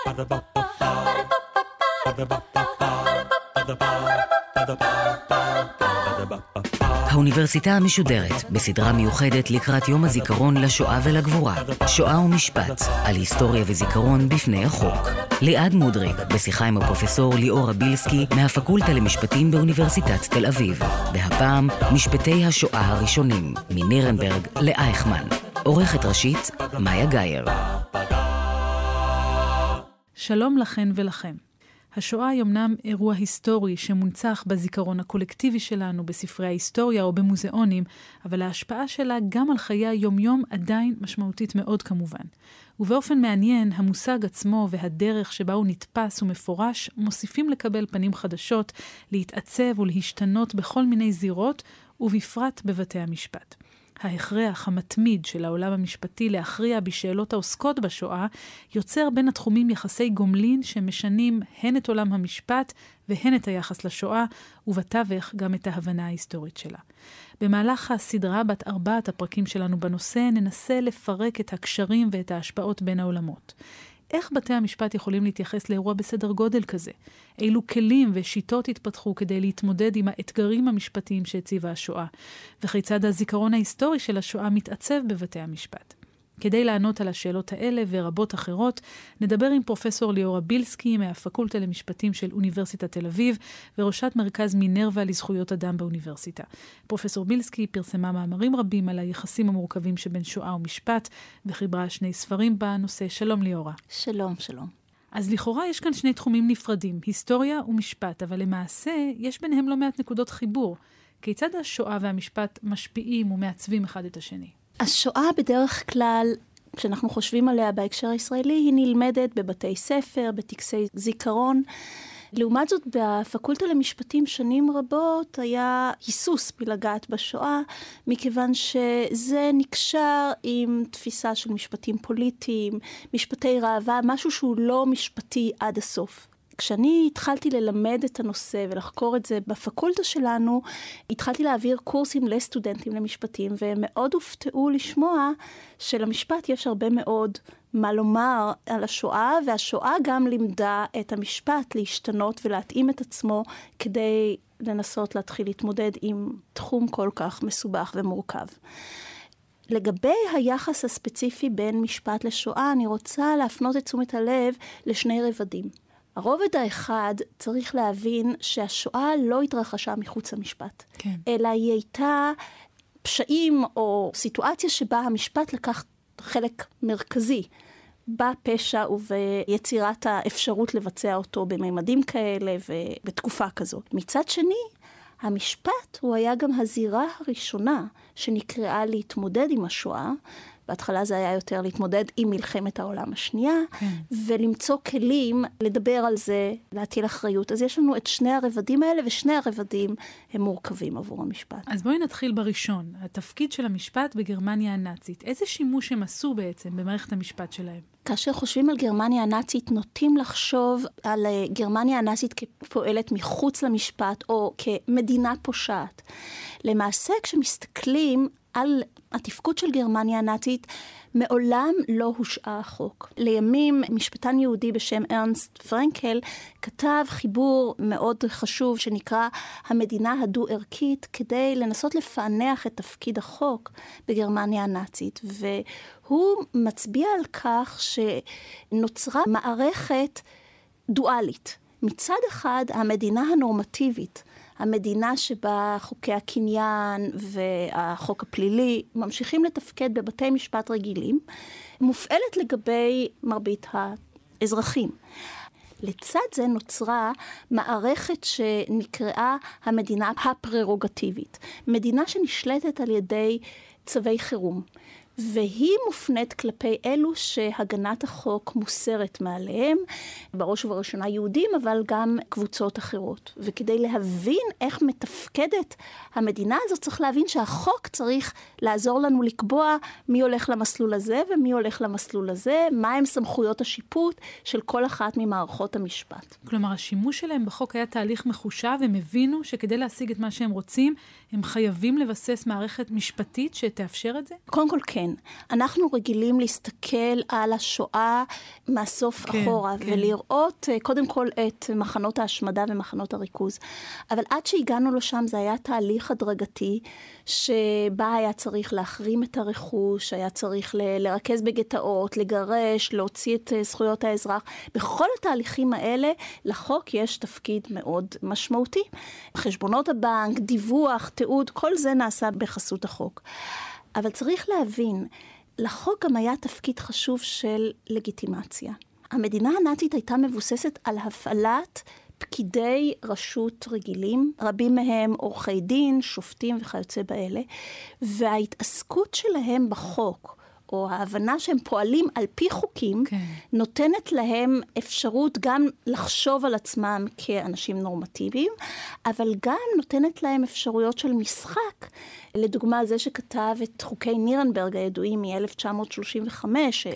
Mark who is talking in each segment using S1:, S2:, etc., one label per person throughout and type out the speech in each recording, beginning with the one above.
S1: האוניברסיטה המשודרת בסדרה מיוחדת לקראת יום הזיכרון לשואה ולגבורה, שואה ומשפט, על היסטוריה וזיכרון בפני החוק. ליעד מודריק בשיחה עם הפרופסור ליאורה בילסקי מהפקולטה למשפטים באוניברסיטת תל אביב, והפעם משפטי השואה הראשונים, מנירנברג לאייכמן. עורכת ראשית מאיה גייר.
S2: שלום לכן ולכם. השואה היא אמנם אירוע היסטורי שמונצח בזיכרון הקולקטיבי שלנו, בספרי ההיסטוריה או במוזיאונים, אבל ההשפעה שלה גם על חיי היומיום עדיין משמעותית מאוד כמובן. ובאופן מעניין, המושג עצמו והדרך שבה הוא נתפס ומפורש מוסיפים לקבל פנים חדשות, להתעצב ולהשתנות בכל מיני זירות, ובפרט בבתי המשפט. ההכרח המתמיד של העולם המשפטי להכריע בשאלות העוסקות בשואה יוצר בין התחומים יחסי גומלין שמשנים הן את עולם המשפט והן את היחס לשואה, ובתווך גם את ההבנה ההיסטורית שלה. במהלך הסדרה בת 4 הפרקים שלנו בנושא ננסה לפרק את הקשרים ואת ההשפעות בין העולמות. איך בתי המשפט יכולים להתייחס לאירוע בסדר גודל כזה? אילו כלים ושיטות התפתחו כדי להתמודד עם האתגרים המשפטיים שהציבה השואה? וכיצד הזיכרון ההיסטורי של השואה מתעצב בבתי המשפט? כדי לענות על השאלות האלה ורבות אחרות, נדבר עם פרופסור ליאורה בילסקי מהפקולטה למשפטים של אוניברסיטת תל אביב, וראשת מרכז מינרווה לזכויות אדם באוניברסיטה. פרופסור בילסקי פרסמה מאמרים רבים על היחסים המורכבים שבין שואה ומשפט, וחיברה 2 ספרים בנושא. שלום ליאורה.
S3: שלום, שלום.
S2: אז לכאורה יש כאן 2 תחומים נפרדים, היסטוריה ומשפט, אבל למעשה יש ביניהם לא מעט נקודות חיבור. כיצד השואה והמשפט משפיעים ומעצבים אחד את השני?
S3: השואה בדרך כלל, כשאנחנו חושבים עליה בהקשר הישראלי, היא נלמדת בבתי ספר, בטקסי זיכרון. לעומת זאת, בפקולטה למשפטים שנים רבות היה היסוס מלגעת בשואה, מכיוון שזה נקשר עם תפיסה של משפטים פוליטיים, משפטי ראווה, משהו שהוא לא משפטי עד הסוף. כשאני התחלתי ללמד את הנושא ולחקור את זה בפקולטה שלנו, התחלתי להעביר קורסים לסטודנטים למשפטים, והם מאוד הופתעו לשמוע שלמשפט יש הרבה מאוד מה לומר על השואה, והשואה גם לימדה את המשפט להשתנות ולהתאים את עצמו כדי לנסות להתחיל להתמודד עם תחום כל כך מסובך ומורכב. לגבי היחס הספציפי בין משפט לשואה, אני רוצה להפנות את תשומת הלב לשני רבדים. הרובד האחד צריך להבין שהשואה לא התרחשה מחוץ למשפט,
S2: כן.
S3: אלא היא הייתה פשעים או סיטואציה שבה המשפט לקח חלק מרכזי בפשע וביצירת האפשרות לבצע אותו בממדים כאלה ובתקופה כזאת. מצד שני, המשפט הוא היה גם הזירה הראשונה שנקראה להתמודד עם השואה. בהתחלה זה היה יותר להתמודד עם מלחמת העולם השנייה, ולמצוא כלים, לדבר על זה, להטיל אחריות. אז יש לנו את 2 הרבדים האלה, ו2 הרבדים הם מורכבים עבור המשפט.
S2: אז בואי נתחיל בראשון, התפקיד של המשפט בגרמניה הנאצית. איזה שימוש הם עשו בעצם במערכת המשפט שלהם?
S3: כאשר חושבים על גרמניה הנאצית, נוטים לחשוב על גרמניה הנאצית כפועלת מחוץ למשפט, או כמדינה פושעת. למעשה, כשמסתכלים על התפקוד של גרמניה הנאצית, מעולם לא הושעה החוק. לימים, משפטן יהודי בשם ארנסט פרנקל כתב חיבור מאוד חשוב שנקרא המדינה הדו-ערכית, כדי לנסות לפענח את תפקיד החוק בגרמניה הנאצית. והוא מצביע על כך שנוצרה מערכת דואלית. מצד אחד, המדינה הנורמטיבית, המדינה שבה חוקי הקניין והחוק הפלילי ממשיכים לתפקד בבתי משפט רגילים, מופעלת לגבי מרבית האזרחים. לצד זה נוצרה מערכת שנקראה המדינה הפררוגטיבית, מדינה שנשלטת על ידי צווי חירום. והיא מופנית כלפי אלו שהגנת החוק מוסרת מעליהם, בראש ובראשונה יהודים, אבל גם קבוצות אחרות. וכדי להבין איך מתפקדת המדינה הזאת, צריך להבין שהחוק צריך לעזור לנו לקבוע מי הולך למסלול הזה ומי הולך למסלול הזה, מהם סמכויות השיפוט של כל אחת ממערכות המשפט.
S2: כלומר, השימוש שלהם בחוק היה תהליך מחושב, הם הבינו שכדי להשיג את מה שהם רוצים, הם חייבים לבסס מערכת משפטית שתאפשר את זה?
S3: קודם כל כן. כן. אנחנו רגילים להסתכל על השואה מהסוף אחורה, ולראות קודם כל את מחנות ההשמדה ומחנות הריכוז. אבל עד שהגענו לשם זה היה תהליך הדרגתי, שבה היה צריך להחרים את הרכוש, היה צריך לרכז בגטאות, לגרש, להוציא את זכויות האזרח. בכל התהליכים האלה לחוק יש תפקיד מאוד משמעותי. חשבונות הבנק, דיווח, תיעוד, כל זה נעשה בחסות החוק. אבל צריך להבין, לחוק גם היה תפקיד חשוב של לגיטימציה. המדינה הנאצית הייתה מבוססת על הפעלת פקידי רשות רגילים, רבים מהם עורכי דין, שופטים וכיוצא באלה, וההתעסקות שלהם בחוק, או ההבנה שהם פועלים על פי חוקים, נותנת להם אפשרות גם לחשוב על עצמם כאנשים נורמטיביים, אבל גם נותנת להם אפשרויות של משחק. לדוגמה, זה שכתב את חוקי נירנברג הידועים מ-1935,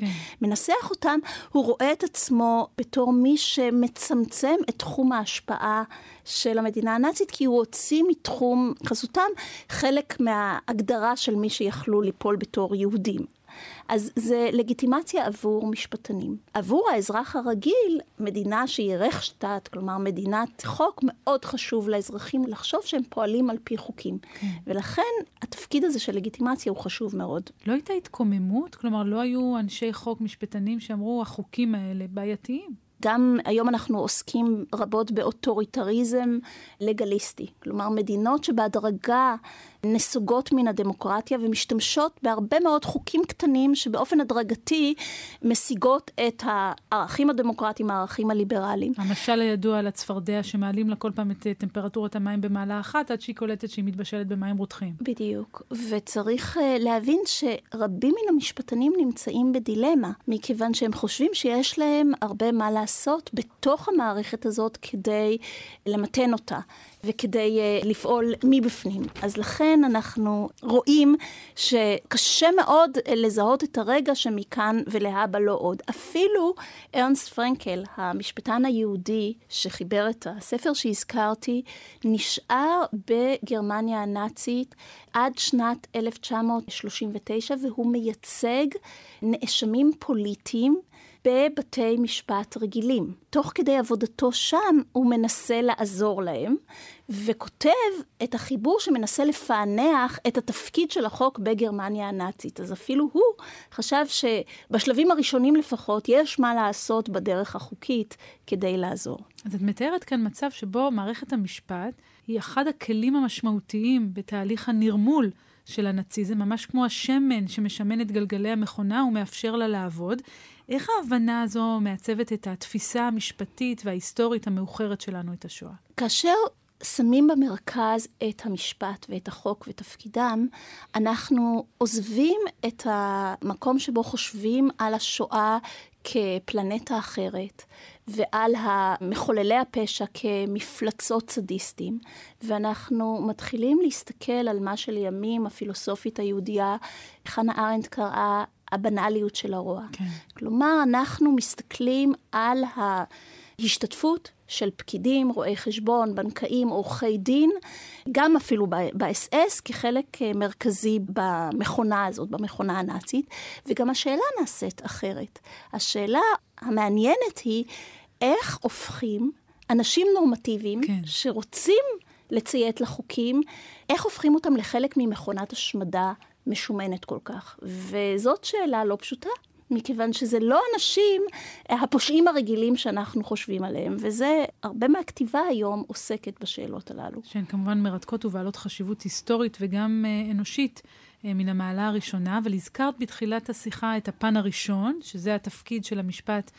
S3: מנסח אותם, הוא רואה את עצמו בתור מי שמצמצם את תחום ההשפעה של המדינה הנאצית, כי הוא הוציא מתחום חסותם חלק מההגדרה של מי שיכלו ליפול בתור יהודים. אז זה לגיטימציה עבור משפטנים. עבור האזרח הרגיל, מדינה שהיא רייכשטאט, כלומר מדינת חוק, מאוד חשוב לאזרחים לחשוב שהם פועלים על פי חוקים. ולכן התפקיד הזה של לגיטימציה הוא חשוב מאוד.
S2: לא הייתה התקוממות? כלומר, לא היו אנשי חוק משפטנים שאמרו, החוקים האלה בעייתיים?
S3: גם היום אנחנו עוסקים רבות באוטוריטריזם לגליסטי. כלומר, מדינות שבהדרגה נסוגות מן הדמוקרטיה ומשתמשות בהרבה מאוד חוקים קטנים שבאופן הדרגתי משיגות את הערכים הדמוקרטיים, הערכים הליברליים.
S2: המשל הידוע על הצפרדע שמעלים לה כל פעם את טמפרטורת המים במעלה אחת, עד שהיא קולטת שהיא מתבשלת במים רותחים.
S3: בדיוק. וצריך להבין שרבים מן המשפטנים נמצאים בדילמה, מכיוון שהם חושבים שיש להם הרבה מה לעשות בתוך המערכת הזאת כדי למתן אותה. וכדי לפעול מבפנים. אז לכן אנחנו רואים שקשה מאוד לזהות את הרגע שמכאן ולהבא לא עוד. אפילו ארנסט פרנקל, המשפטן היהודי שחיבר את הספר שהזכרתי, נשאר בגרמניה הנאצית עד שנת 1939, והוא מייצג נאשמים פוליטיים בבתי משפט רגילים. תוך כדי עבודתו שם הוא מנסה לעזור להם, וכותב את החיבור שמנסה לפענח את התפקיד של החוק בגרמניה הנאצית. אז אפילו הוא חשב שבשלבים הראשונים לפחות יש מה לעשות בדרך החוקית כדי לעזור.
S2: אז את מתארת כאן מצב שבו מערכת המשפט היא אחד הכלים המשמעותיים בתהליך הנרמול של הנאציזם, ממש כמו השמן שמשמן את גלגלי המכונה ומאפשר לה לעבוד. איך ההבנה הזו מעצבת את התפיסה המשפטית וההיסטורית המאוחרת שלנו את השואה?
S3: כאשר שמים במרכז את המשפט ואת החוק ותפקידם, אנחנו עוזבים את המקום שבו חושבים על השואה כפלנטה אחרת, ועל מחוללי הפשע כמפלצות סדיסטים, ואנחנו מתחילים להסתכל על מה שלימים הפילוסופית היהודיה, חנה ארנדט קראה הבנליות של הרוע. כן. כלומר, אנחנו מסתכלים על ההשתתפות של פקידים, רואי חשבון, בנקאים, עורכי דין, גם אפילו ב-SS כחלק מרכזי במכונה הזאת, במכונה הנאצית, וגם השאלה נעשית אחרת. השאלה המעניינת היא איך הופכים אנשים נורמטיביים שרוצים לציית לחוקים, איך הופכים אותם לחלק ממכונת השמדה משומנת כל כך. וזאת שאלה לא פשוטה. מכיוון שזה לא אנשים, הפושעים הרגילים שאנחנו חושבים עליהם, וזה הרבה מהכתיבה היום עוסקת בשאלות הללו.
S2: שהן כמובן מרתקות ובעלות חשיבות היסטורית וגם אנושית מן המעלה הראשונה, אבל הזכרת בתחילת השיחה את הפן הראשון, שזה התפקיד של המשפט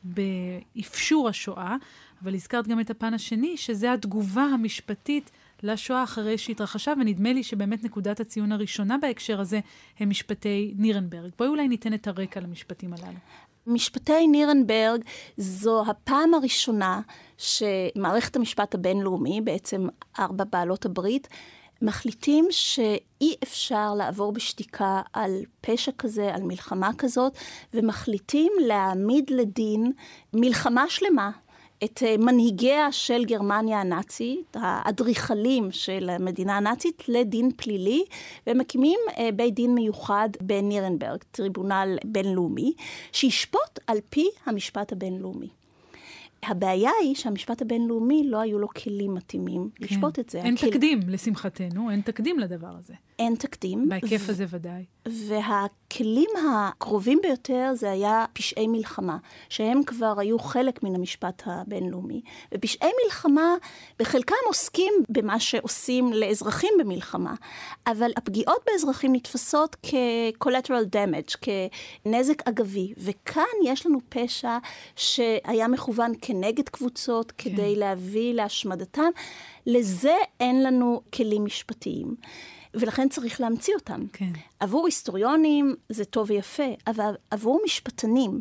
S2: באפשור השואה, אבל הזכרת גם את הפן השני, שזה התגובה המשפטית לשואה אחרי שהתרחשה, ונדמה לי שבאמת נקודת הציון הראשונה בהקשר הזה הם משפטי נירנברג. בואי אולי ניתן את הרקע למשפטים הללו.
S3: משפטי נירנברג זו הפעם הראשונה שמערכת המשפט הבינלאומי, בעצם 4 בעלות הברית, מחליטים שאי אפשר לעבור בשתיקה על פשע כזה, על מלחמה כזאת, ומחליטים להעמיד לדין מלחמה שלמה את מנהיגיה של גרמניה הנאצית, האדריכלים של המדינה הנאצית, לדין פלילי, ומקימים בית דין מיוחד בנירנברג, טריבונל בינלאומי, שישפוט על פי המשפט הבינלאומי. הבעיה היא שהמשפט הבינלאומי לא היו לו כלים מתאימים לשפוט את זה.
S2: אין תקדים, לשמחתנו, אין תקדים לדבר הזה.
S3: אין תקדים.
S2: בהיקף הזה ודאי.
S3: והכלים הקרובים ביותר זה היה פשעי מלחמה, שהם כבר היו חלק מן המשפט הבינלאומי. ופשעי מלחמה בחלקם עוסקים במה שעושים לאזרחים במלחמה, אבל הפגיעות באזרחים נתפסות כ-collateral damage, כנזק אגבי. וכאן יש לנו פשע שהיה מכוון כנגד קבוצות, כדי להביא להשמדתם. לזה אין לנו כלים משפטיים. ולכן צריך להמציא אותם.
S2: כן.
S3: עבור היסטוריונים זה טוב ויפה, אבל עבור משפטנים,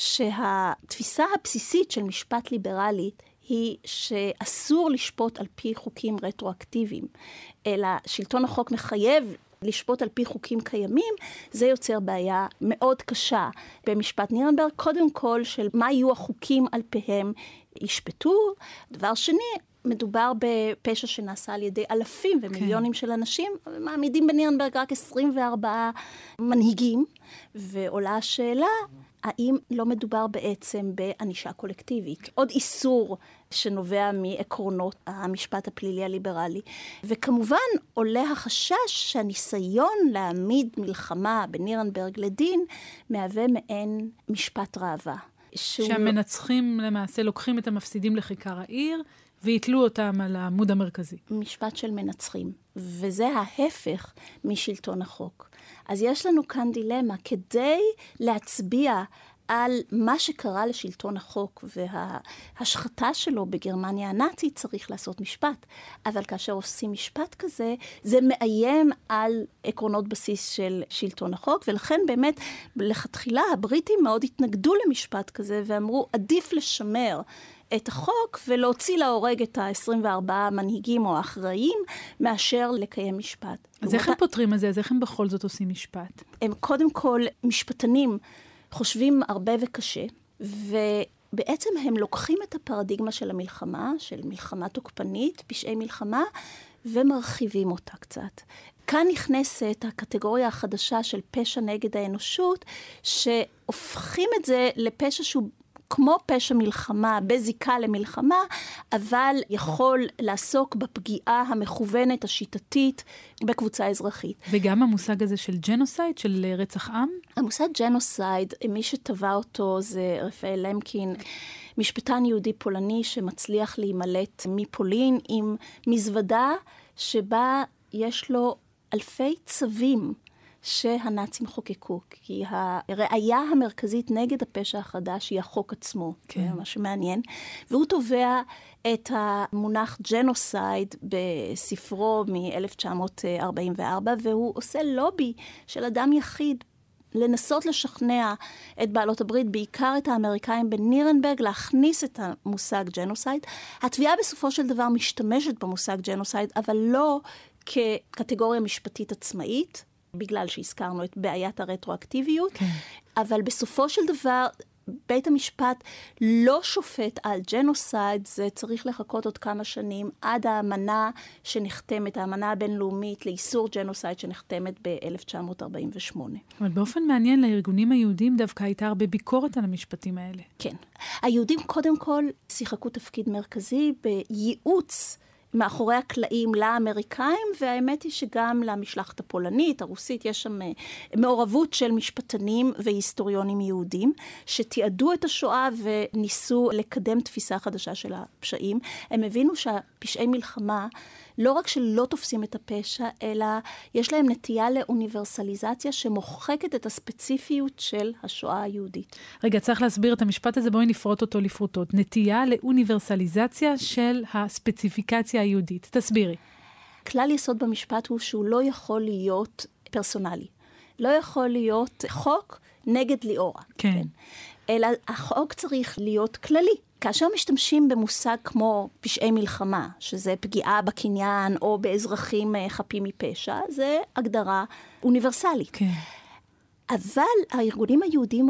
S3: שהתפיסה הבסיסית של משפט ליברלי היא שאסור לשפוט על פי חוקים רטרואקטיביים, אלא שלטון החוק מחייב לשפוט על פי חוקים קיימים, זה יוצר בעיה מאוד קשה במשפט נירנברג, קודם כל של מה יהיו החוקים על פיהם ישפטו. דבר שני, מדובר בפשע שנעשה על ידי אלפים ומיליונים של אנשים, מעמידים בנירנברג רק 24 מנהיגים, ועולה השאלה, האם לא מדובר בעצם בענישה קולקטיבית? עוד איסור שנובע מעקרונות המשפט הפלילי הליברלי. וכמובן עולה החשש שהניסיון להעמיד מלחמה בנירנברג לדין, מהווה מעין משפט ראווה.
S2: שהמנצחים למעשה לוקחים את המפסידים לכיכר העיר, ויתלו אותם על העמוד המרכזי.
S3: משפט של מנצחים, וזה ההפך משלטון החוק. אז יש לנו כאן דילמה, כדי להצביע על מה שקרה לשלטון החוק וההשחתה שלו בגרמניה הנאצית, צריך לעשות משפט. אבל כאשר עושים משפט כזה, זה מאיים על עקרונות בסיס של שלטון החוק, ולכן באמת לכתחילה הבריטים מאוד התנגדו למשפט כזה, ואמרו עדיף לשמר את החוק ולהוציא להורג את ה-24 מנהיגים או האחראים, מאשר לקיים משפט.
S2: אז איך הם פותרים את זה? אז איך הם בכל זאת עושים משפט?
S3: הם קודם כל משפטנים חושבים הרבה וקשה, ובעצם הם לוקחים את הפרדיגמה של המלחמה, של מלחמה תוקפנית, פשעי מלחמה, ומרחיבים אותה קצת. כאן נכנסת הקטגוריה החדשה של פשע נגד האנושות, שהופכים את זה לפשע שהוא כמו פשע מלחמה, בזיקה למלחמה, אבל יכול לעסוק בפגיעה המכוונת, השיטתית, בקבוצה אזרחית.
S2: וגם המושג הזה של ג'נוסייד, של רצח עם?
S3: המושג ג'נוסייד, מי שטבע אותו זה רפאל למקין, משפטן יהודי פולני שמצליח להימלט מפולין עם מזוודה שבה יש לו אלפי צווים שהנאצים חוקקו, כי הראייה המרכזית נגד הפשע החדש היא החוק עצמו, כן. זה מה שמעניין, והוא תובע את המונח ג'נוסייד בספרו מ-1944, והוא עושה לובי של אדם יחיד, לנסות לשכנע את בעלות הברית, בעיקר את האמריקאים בנירנברג, להכניס את המושג ג'נוסייד. התביעה בסופו של דבר משתמשת במושג ג'נוסייד, אבל לא כקטגוריה משפטית עצמאית, בגלל שהזכרנו את בעיית הרטרואקטיביות, כן. אבל בסופו של דבר, בית המשפט לא שופט על ג'נוסייד, זה צריך לחכות עוד כמה שנים, עד האמנה שנחתמת, האמנה הבינלאומית לאיסור ג'נוסייד שנחתמת ב-1948.
S2: אבל באופן מעניין, לארגונים היהודים דווקא הייתה הרבה ביקורת על המשפטים האלה.
S3: כן. היהודים קודם כל שיחקו תפקיד מרכזי בייעוץ מאחורי הקלעים לאמריקאים, והאמת היא שגם למשלחת הפולנית, הרוסית, יש שם מעורבות של משפטנים והיסטוריונים יהודים, שתיעדו את השואה וניסו לקדם תפיסה חדשה של הפשעים. הם הבינו שהפשעי מלחמה, לא רק שלא תופסים את הפשע, אלא יש להם נטייה לאוניברסליזציה שמוחקת את הספציפיות של השואה היהודית.
S2: רגע, צריך להסביר את המשפט הזה, בואי נפרוט אותו לפרוטות. נטייה לאוניברסליזציה של הספציפיקציה היהודית. תסבירי.
S3: כלל יסוד במשפט הוא שהוא לא יכול להיות פרסונלי. לא יכול להיות חוק נגד ליאורה.
S2: כן.
S3: כן? אלא החוק צריך להיות כללי. כאשר משתמשים במושג כמו פשעי מלחמה, שזה פגיעה בקניין או באזרחים חפים מפשע, זה הגדרה אוניברסלית.
S2: כן.
S3: אבל הארגונים היהודים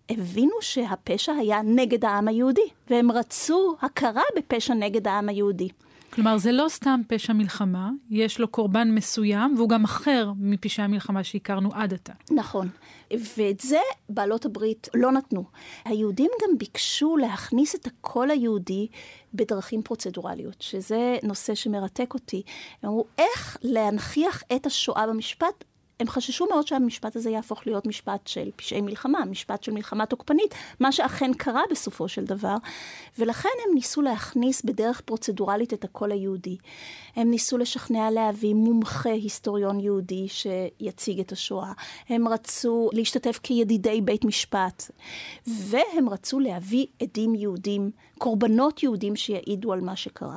S3: הבינו שהפשע היה נגד העם היהודי, והם רצו הכרה בפשע נגד העם היהודי.
S2: כלומר, זה לא סתם פשע מלחמה, יש לו קורבן מסוים, והוא גם אחר מפשעי המלחמה שהכרנו עד עתה.
S3: נכון. ואת זה בעלות הברית לא נתנו. היהודים גם ביקשו להכניס את הקול היהודי בדרכים פרוצדורליות, שזה נושא שמרתק אותי. הם אמרו, איך להנכיח את השואה במשפט? הם חששו מאוד שהמשפט הזה יהפוך להיות משפט של פשעי מלחמה, משפט של מלחמה תוקפנית, מה שאכן קרה בסופו של דבר. ולכן הם ניסו להכניס בדרך פרוצדורלית את הקול היהודי. הם ניסו לשכנע להביא מומחה היסטוריון יהודי שיציג את השואה. הם רצו להשתתף כידידי בית משפט. והם רצו להביא עדים יהודים, קורבנות יהודים שיעידו על מה שקרה.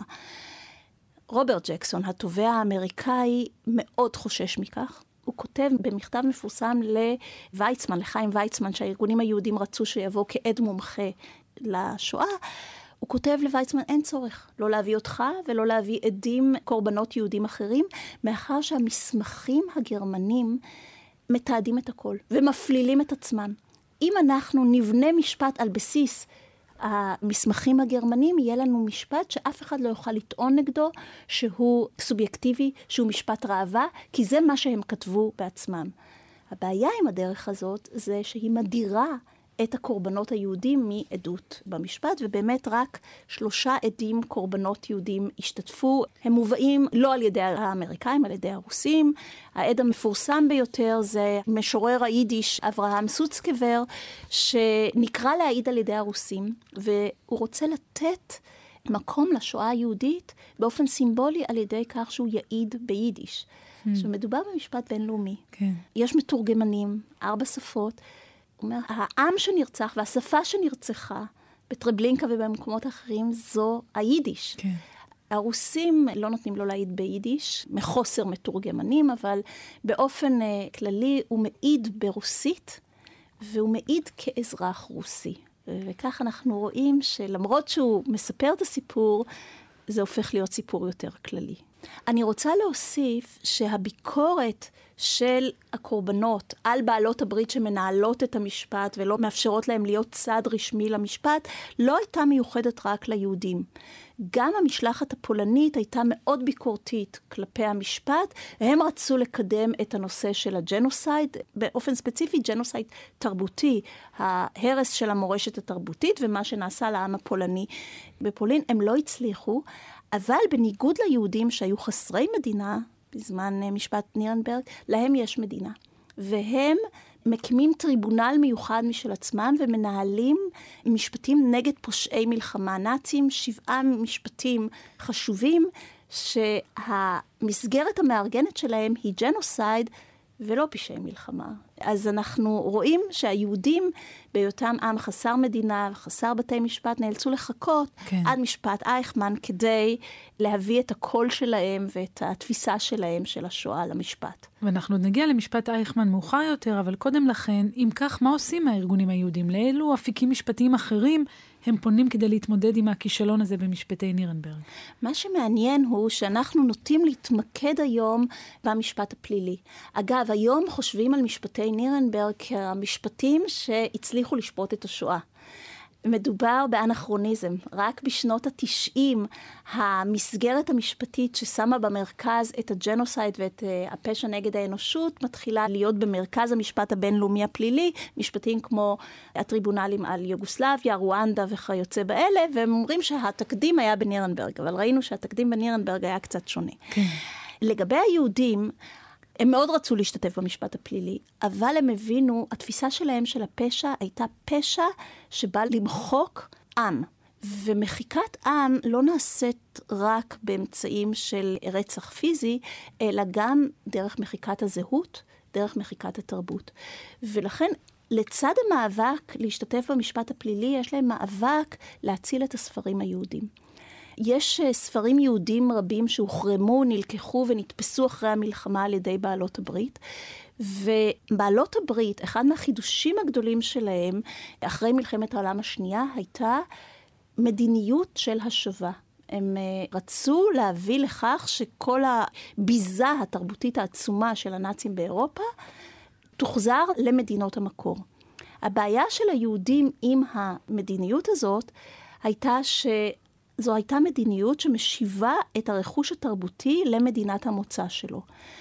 S3: רוברט ג'קסון, התובע האמריקאי, מאוד חושש מכך. הוא כותב במכתב מפורסם לוויצמן, לחיים ויצמן, שהארגונים היהודים רצו שיבוא כעד מומחה לשואה. הוא כותב לוויצמן, אין צורך לא להביא אותך ולא להביא עדים קורבנות יהודים אחרים, מאחר שהמסמכים הגרמנים מתעדים את הכל ומפלילים את עצמם. אם אנחנו נבנה משפט על בסיס המסמכים הגרמנים, יהיה לנו משפט שאף אחד לא יוכל לטעון נגדו שהוא סובייקטיבי, שהוא משפט ראווה, כי זה מה שהם כתבו בעצמם. הבעיה עם הדרך הזאת זה שהיא מדירה את הקורבנות היהודים מעדות במשפט, ובאמת רק 3 עדים קורבנות יהודים השתתפו. הם מובאים לא על ידי האמריקאים, על ידי הרוסים. העד המפורסם ביותר זה משורר היידיש אברהם סוצקבר, שנקרא להעיד על ידי הרוסים, והוא רוצה לתת מקום לשואה היהודית באופן סימבולי על ידי כך שהוא יעיד ביידיש. שמדובר במשפט בינלאומי.
S2: כן.
S3: יש מתורגמנים, 4 שפות, הוא אומר, העם שנרצח והשפה שנרצחה בטרבלינקה ובמקומות אחרים זו היידיש.
S2: כן.
S3: הרוסים לא נותנים לו להעיד ביידיש, מחוסר מתורגמנים, אבל באופן כללי הוא מעיד ברוסית, והוא מעיד כאזרח רוסי. וכך אנחנו רואים שלמרות שהוא מספר את הסיפור, זה הופך להיות סיפור יותר כללי. אני רוצה להוסיף שהביקורת של הקורבנות על בעלות הברית שמנהלות את המשפט ולא מאפשרות להם להיות צד רשמי למשפט, לא הייתה מיוחדת רק ליהודים. גם המשלחת הפולנית הייתה מאוד ביקורתית כלפי המשפט, והם רצו לקדם את הנושא של הג'נוסייד, באופן ספציפי ג'נוסייד תרבותי, ההרס של המורשת התרבותית ומה שנעשה לעם הפולני בפולין. הם לא הצליחו, אבל בניגוד ליהודים שהיו חסרי מדינה, בזמן משפט נירנברג, להם יש מדינה. והם מקימים טריבונל מיוחד משל עצמם ומנהלים משפטים נגד פושעי מלחמה נאצים, 7 משפטים חשובים שהמסגרת המארגנת שלהם היא ג'נוסייד ולא פשעי מלחמה. אז אנחנו רואים שהיהודים בהיותם עם חסר מדינה וחסר בתי משפט נאלצו לחכות עד משפט אייכמן כדי להביא את הקול שלהם ואת התפיסה שלהם של השואה למשפט.
S2: ואנחנו נגיע למשפט אייכמן מאוחר יותר, אבל קודם לכן, אם כך, מה עושים הארגונים היהודים? לאילו אפיקים משפטיים אחרים הם פונים כדי להתמודד עם הכישלון הזה במשפטי נירנברג?
S3: מה שמעניין הוא שאנחנו נוטים להתמקד היום במשפט הפלילי. אגב, היום חושבים על משפטי נירנברג כמשפטים שהצליחו לשפוט את השואה. מדובר באנכרוניזם. רק בשנות ה-90 המסגרת המשפטית ששמה במרכז את הג'נוסייד ואת הפשע נגד האנושות מתחילה להיות במרכז המשפט הבינלאומי הפלילי, משפטים כמו הטריבונלים על יוגוסלביה, רואנדה וכיוצא באלה, והם אומרים שהתקדים היה בנירנברג, אבל ראינו שהתקדים בנירנברג היה קצת שונה.
S2: כן.
S3: לגבי היהודים, הם מאוד רצו להשתתף במשפט הפלילי, אבל הם הבינו, התפיסה שלהם של הפשע הייתה פשע שבא למחוק עם. ומחיקת עם לא נעשית רק באמצעים של רצח פיזי, אלא גם דרך מחיקת הזהות, דרך מחיקת התרבות. ולכן לצד המאבק להשתתף במשפט הפלילי, יש להם מאבק להציל את הספרים היהודים. יש ספרים יהודים רבים שהוחרמו, נלקחו ונתפסו אחרי המלחמה על ידי בעלות הברית. ובעלות הברית, אחד מהחידושים הגדולים שלהם, אחרי מלחמת העולם השנייה, הייתה מדיניות של השבה. הם רצו להביא לכך שכל הביזה התרבותית העצומה של הנאצים באירופה, תוחזר למדינות המקור. הבעיה של היהודים עם המדיניות הזאת הייתה שזו הייתה מדיניות שמשיבה את הרכוש התרבותי למדינת המוצא שלו.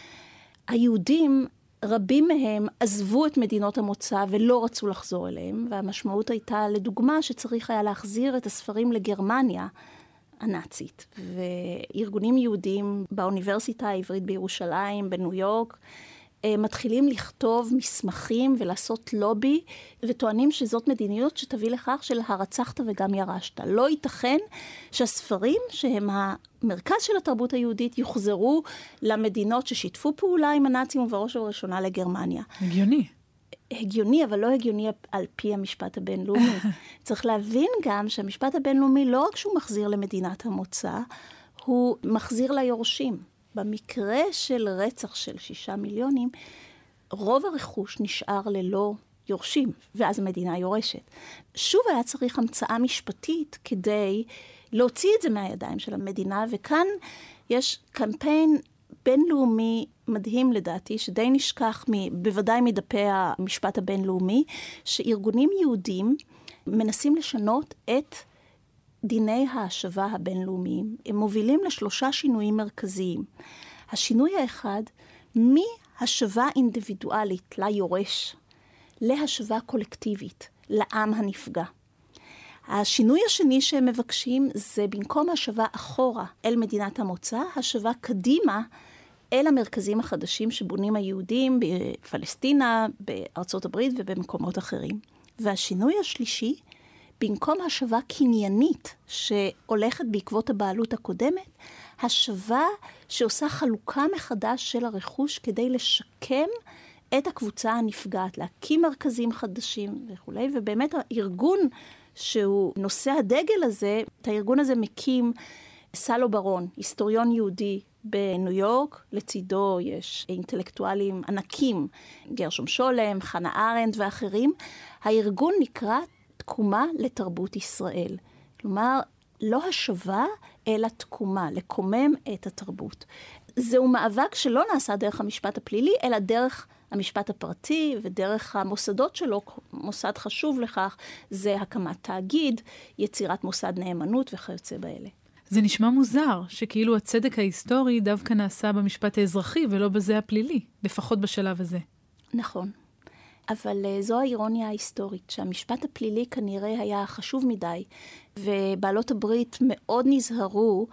S3: היהודים, רבים מהם עזבו את מדינות המוצא ולא רצו לחזור אליהם, והמשמעות הייתה לדוגמה שצריך היה להחזיר את הספרים לגרמניה הנאצית. וארגונים יהודים באוניברסיטה העברית בירושלים, בניו יורק, מתחילים לכתוב מסמכים ולעשות לובי, וטוענים שזאת מדיניות שתביא לכך של הרצחת וגם ירשת. לא ייתכן שהספרים שהם המרכז של התרבות היהודית יוחזרו למדינות ששיתפו פעולה עם הנאצים ובראש ובראשונה לגרמניה.
S2: הגיוני.
S3: הגיוני, אבל לא הגיוני על פי המשפט הבינלאומי. צריך להבין גם שהמשפט הבינלאומי לא רק שהוא מחזיר למדינת המוצא, הוא מחזיר ליורשים. במקרה של רצח של 6 מיליונים, רוב הרכוש נשאר ללא יורשים, ואז המדינה יורשת. שוב היה צריך המצאה משפטית כדי להוציא את זה מהידיים של המדינה, וכאן יש קמפיין בינלאומי מדהים לדעתי, שדי נשכח בוודאי מדפי המשפט הבינלאומי, שארגונים יהודים מנסים לשנות את דיני ההשבה הבינלאומיים. הם מובילים ל3 שינויים מרכזיים. השינוי האחד, מהשבה אינדיבידואלית ליורש, להשבה קולקטיבית, לעם הנפגע. השינוי השני שהם מבקשים זה במקום השבה אחורה אל מדינת המוצא, השבה קדימה אל המרכזים החדשים שבונים היהודים בפלסטינה, בארצות הברית ובמקומות אחרים. והשינוי השלישי, במקום השבה קניינית שהולכת בעקבות הבעלות הקודמת, השבה שעושה חלוקה מחדש של הרכוש כדי לשקם את הקבוצה הנפגעת, להקים מרכזים חדשים וכו'. ובאמת הארגון שהוא נושא הדגל הזה, את הארגון הזה מקים סלו ברון, היסטוריון יהודי בניו יורק, לצידו יש אינטלקטואלים ענקים, גרשום שולם, חנה ארנדט ואחרים. הארגון נקרא תקומה לתרבות ישראל. כלומר, לא השבה, אלא תקומה, לקומם את התרבות. זהו מאבק שלא נעשה דרך המשפט הפלילי, אלא דרך המשפט הפרטי ודרך המוסדות שלו. מוסד חשוב לכך, זה הקמת תאגיד, יצירת מוסד נאמנות וכיוצא באלה.
S2: זה נשמע מוזר, שכאילו הצדק ההיסטורי דווקא נעשה במשפט האזרחי ולא בזה הפלילי, לפחות בשלב הזה.
S3: נכון. אבל זו האירוניה ההיסטורית, שהמשפט הפלילי כנראה היה חשוב מדי, ובעלות הברית מאוד נזהרו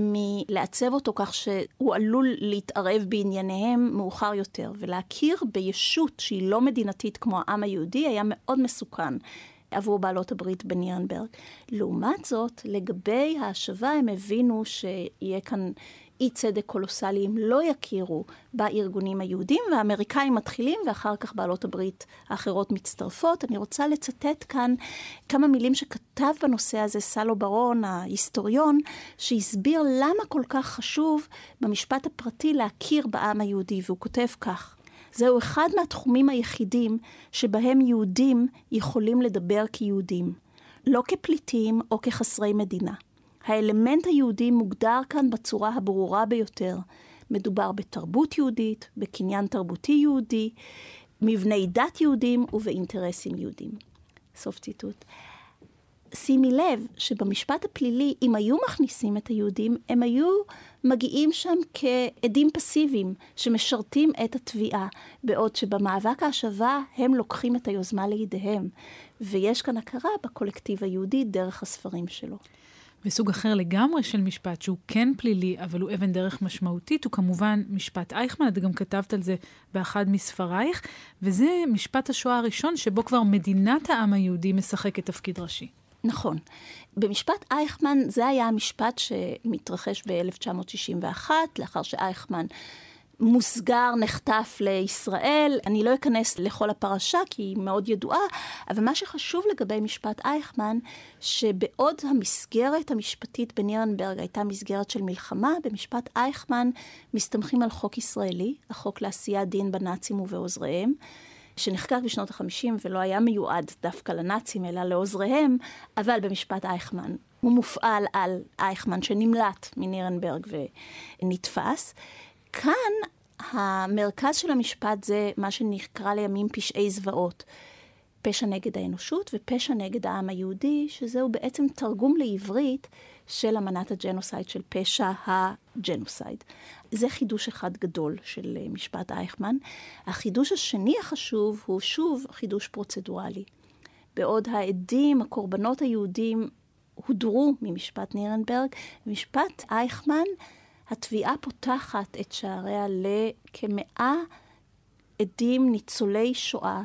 S3: מלעצב אותו כך שהוא עלול להתערב בענייניהם מאוחר יותר, ולהכיר בישות שהיא לא מדינתית כמו העם היהודי היה מאוד מסוכן עבור בעלות הברית בנירנברג. לעומת זאת, לגבי ההשבה הם הבינו שיהיה כאן אי צדק קולוסלי אם לא יכירו בארגונים היהודים, והאמריקאים מתחילים ואחר כך בעלות הברית האחרות מצטרפות. אני רוצה לצטט כאן כמה מילים שכתב בנושא הזה סלו ברון, ההיסטוריון, שהסביר למה כל כך חשוב במשפט הפרטי להכיר בעם היהודי, והוא כותב כך: זהו אחד מהתחומים היחידים שבהם יהודים יכולים לדבר כיהודים, לא כפליטים או כחסרי מדינה. האלמנט היהודי מוגדר כאן בצורה הברורה ביותר. מדובר בתרבות יהודית, בקניין תרבותי יהודי, מבני דת יהודים ובאינטרסים יהודים. סוף ציטוט. שימי לב שבמשפט הפלילי, אם היו מכניסים את היהודים, הם היו מגיעים שם כעדים פסיביים שמשרתים את התביעה, בעוד שבמאבק ההשבה הם לוקחים את היוזמה לידיהם. ויש כאן הכרה בקולקטיב היהודי דרך הספרים שלו.
S2: וסוג אחר לגמרי של משפט שהוא כן פלילי, אבל הוא אבן דרך משמעותית, הוא כמובן משפט אייכמן, את גם כתבת על זה באחד מספרייך, וזה משפט השואה הראשון שבו כבר מדינת העם היהודי משחקת תפקיד ראשי.
S3: נכון. במשפט אייכמן זה היה המשפט שמתרחש ב-1961, לאחר שאייכמן מוסגר, נחטף לישראל. אני לא אכנס לכל הפרשה כי היא מאוד ידועה, אבל מה שחשוב לגבי משפט אייכמן, שבעוד המסגרת המשפטית בנירנברג הייתה מסגרת של מלחמה, במשפט אייכמן מסתמכים על חוק ישראלי, החוק לעשיית דין בנאצים ובעוזריהם, שנחקק בשנות ה-50 ולא היה מיועד דווקא לנאצים אלא לעוזריהם, אבל במשפט אייכמן הוא מופעל על אייכמן שנמלט מנירנברג ונתפס. כאן המרכז של המשפט זה מה שנקרא לימים פשעי זוועות. פשע נגד האנושות ופשע נגד העם היהודי, שזהו בעצם תרגום לעברית של אמנת הג'נוסייד, של פשע הג'נוסייד. זה חידוש אחד גדול של משפט אייכמן. החידוש השני החשוב הוא שוב חידוש פרוצדורלי. בעוד העדים, הקורבנות היהודים, הודרו ממשפט נירנברג, משפט אייכמן, התביעה פותחת את שעריה לכ100 עדים ניצולי שואה,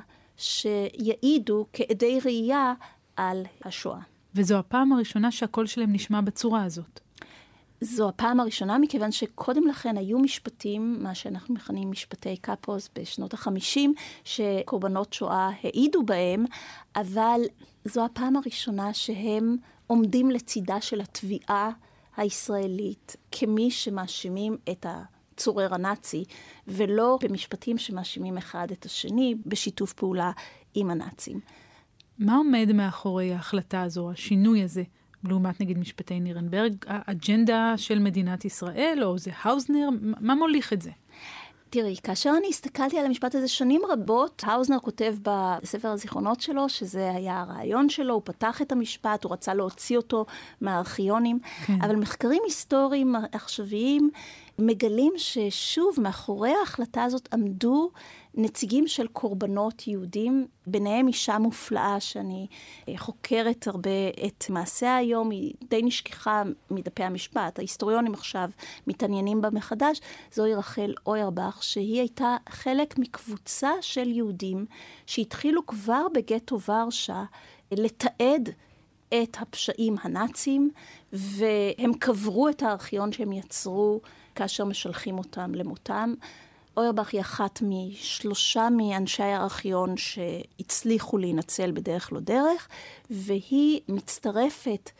S3: שיעידו כעדי ראייה על השואה.
S2: וזו הפעם הראשונה שהקול שלהם נשמע בצורה הזאת.
S3: זו הפעם הראשונה, מכיוון שקודם לכן היו משפטים, מה שאנחנו מכנים משפטי קאפוס בשנות ה-50, שקורבנות שואה העידו בהם, אבל זו הפעם הראשונה שהם עומדים לצידה של התביעה הישראלית, כמי שמאשימים את הצורר הנאצי, ולא במשפטים שמאשימים אחד את השני בשיתוף פעולה עם הנאצים.
S2: מה עומד מאחורי ההחלטה הזו, השינוי הזה, לעומת נגיד משפטי נירנברג, האג'נדה של מדינת ישראל, או זה האוזנר, מה מוליך את זה?
S3: תראי, כאשר אני הסתכלתי על המשפט הזה שנים רבות, האוזנר כותב בספר הזיכרונות שלו, שזה היה הרעיון שלו, הוא פתח את המשפט, הוא רצה להוציא אותו מהארכיונים, כן. אבל מחקרים היסטוריים עכשוויים מגלים ששוב, מאחורי ההחלטה הזאת עמדו נציגים של קורבנות יהודים, ביניהם אישה מופלאה שאני חוקרת הרבה את מעשה היום, היא די נשכחה מדפי המשפט. ההיסטוריונים עכשיו מתעניינים בה מחדש, זוהי רחל אוירבך, שהיא הייתה חלק מקבוצה של יהודים שהתחילו כבר בגטו ורשה לתעד את הפשעים הנאצים, והם קברו את הארכיון שהם יצרו כאשר משלחים אותם למותם. אוירבך היא אחת מ3 מאנשי הארכיון שהצליחו להינצל בדרך לא דרך, והיא מצטרפת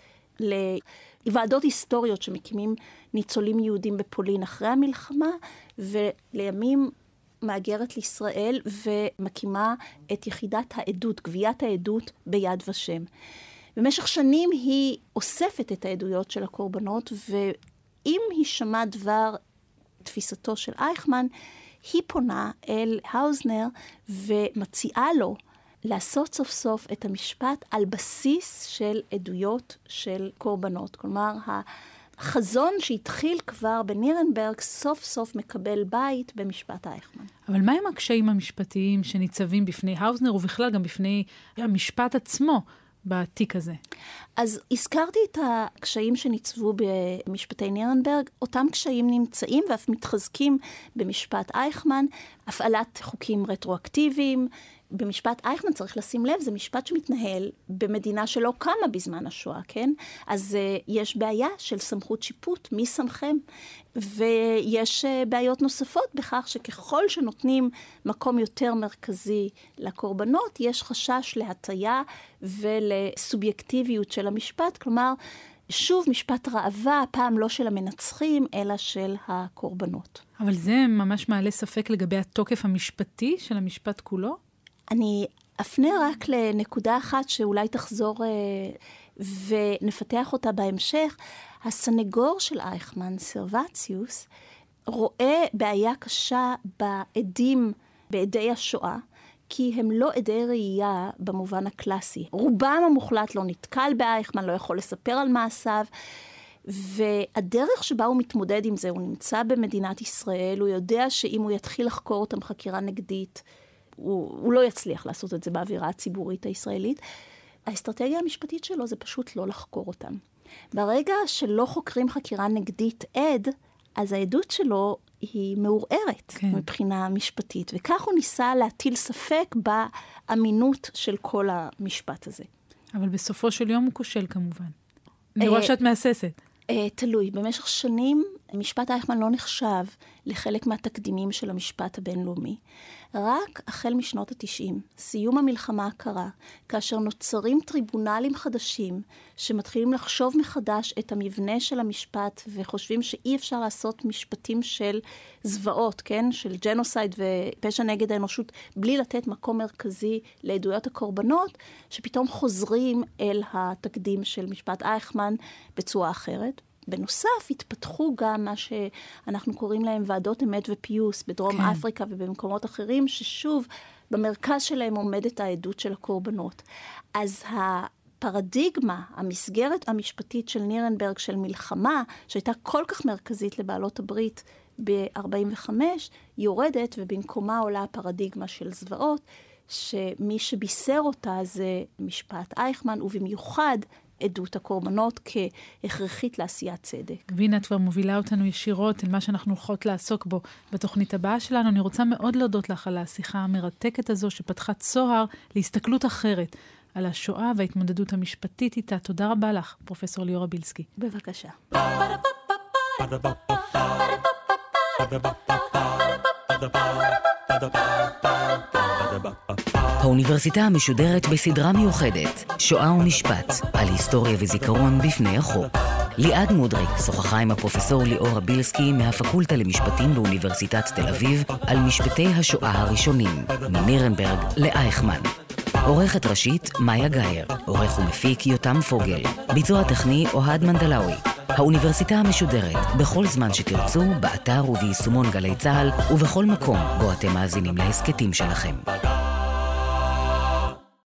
S3: לוועדות היסטוריות שמקימים ניצולים יהודים בפולין אחרי המלחמה, ולימים מאגרת לישראל ומקימה את יחידת העדות, גביית העדות ביד ושם. במשך שנים היא אוספת את העדויות של הקורבנות, ואם היא שמעה דבר תפיסתו של אייכמן, היא פונה אל האוזנר ומציעה לו לעשות סוף סוף את המשפט על בסיס של עדויות של קורבנות. כלומר, החזון שהתחיל כבר בנירנברג סוף סוף מקבל בית במשפט אייכמן.
S2: אבל מה הם הקשיים המשפטיים שניצבים בפני האוזנר ובכלל גם בפני המשפט עצמו בתיק הזה?
S3: אז הזכרתי את הקשיים שניצבו במשפטי נירנברג, אותם קשיים נמצאים ואף מתחזקים במשפט אייכמן, הפעלת חוקים רטרואקטיביים. במשפט אייכמן צריך לשים לב, זה משפט שמתנהל במדינה שלא קמה בזמן השואה, כן? אז יש בעיה של סמכות שיפוט, מי סמכם? ויש בעיות נוספות בכך שככל שנותנים מקום יותר מרכזי לקורבנות, יש חשש להטיה ולסובייקטיביות של המשפט, כלומר, שוב משפט ראווה, פעם לא של המנצחים, אלא של הקורבנות.
S2: אבל זה ממש מעלה ספק לגבי התוקף המשפטי של המשפט כולו?
S3: אני אפנה רק לנקודה אחת שאולי תחזור ונפתח אותה בהמשך. הסנגור של אייכמן, סרווציוס, רואה בעיה קשה בעדי השואה, כי הם לא עדי ראייה במובן הקלאסי. רובם המוחלט לא נתקל באייכמן, לא יכול לספר על מעשיו, והדרך שבה הוא מתמודד עם זה, הוא נמצא במדינת ישראל, הוא יודע שאם הוא יתחיל לחקור אותם חקירה נגדית, הוא לא יצליח לעשות את זה באווירה הציבורית הישראלית. האסטרטגיה המשפטית שלו זה פשוט לא לחקור אותם. ברגע שלא חוקרים חקירה נגדית עד, אז העדות שלו היא מעורערת מבחינה משפטית, וכך הוא ניסה להטיל ספק באמינות של כל המשפט הזה.
S2: אבל בסופו של יום הוא כושל כמובן. אני רואה שאת מהססת.
S3: תלוי. במשך שנים משפט אייכמן לא נחשב לחלק מהתקדימים של המשפט הבינלאומי. רק החל משנות ה-90, סיום המלחמה הקרה, כאשר נוצרים טריבונלים חדשים שמתחילים לחשוב מחדש את המבנה של המשפט וחושבים שאי אפשר לעשות משפטים של זוועות, כן? של ג'נוסייד ופשע נגד האנושות, בלי לתת מקום מרכזי לעדויות הקורבנות, שפתאום חוזרים אל התקדים של משפט אייכמן בצורה אחרת. בנוסף, התפתחו גם מה שאנחנו קוראים להם ועדות אמת ופיוס בדרום אפריקה ובמקומות אחרים, ששוב במרכז שלהם עומדת העדות של הקורבנות. אז הפרדיגמה, המסגרת המשפטית של נירנברג של מלחמה, שהייתה כל כך מרכזית לבעלות הברית ב-45, יורדת, ובמקומה עולה הפרדיגמה של זוועות, שמי שבישר אותה זה משפט אייכמן, ובמיוחד עדות הקורבנות כהכרחית לעשיית צדק.
S2: והנה את כבר מובילה אותנו ישירות אל מה שאנחנו הולכות לעסוק בו בתוכנית הבאה שלנו. אני רוצה מאוד להודות לך על השיחה המרתקת הזו שפתחה צוהר להסתכלות אחרת על השואה וההתמודדות המשפטית איתה. תודה רבה לך, פרופסור ליאורה בילסקי.
S3: בבקשה.
S1: האוניברסיטה המשודרת בסדרה מיוחדת, שואה ומשפט, על היסטוריה וזיכרון בפני החוק. ליעד מודריק שוחחה עם הפרופסור ליאורה בילסקי מהפקולטה למשפטים באוניברסיטת תל אביב על משפטי השואה הראשונים, מנירנברג לאייכמן. עורכת ראשית מאיה גייר, עורך ומפיק יותם פוגל, ביצוע טכני אוהד מנדלאוי. האוניברסיטה המשודרת, בכל זמן שתרצו, באתר וביישומון גלי צהל, ובכל מקום בו אתם מאזינים להסקטים שלכם.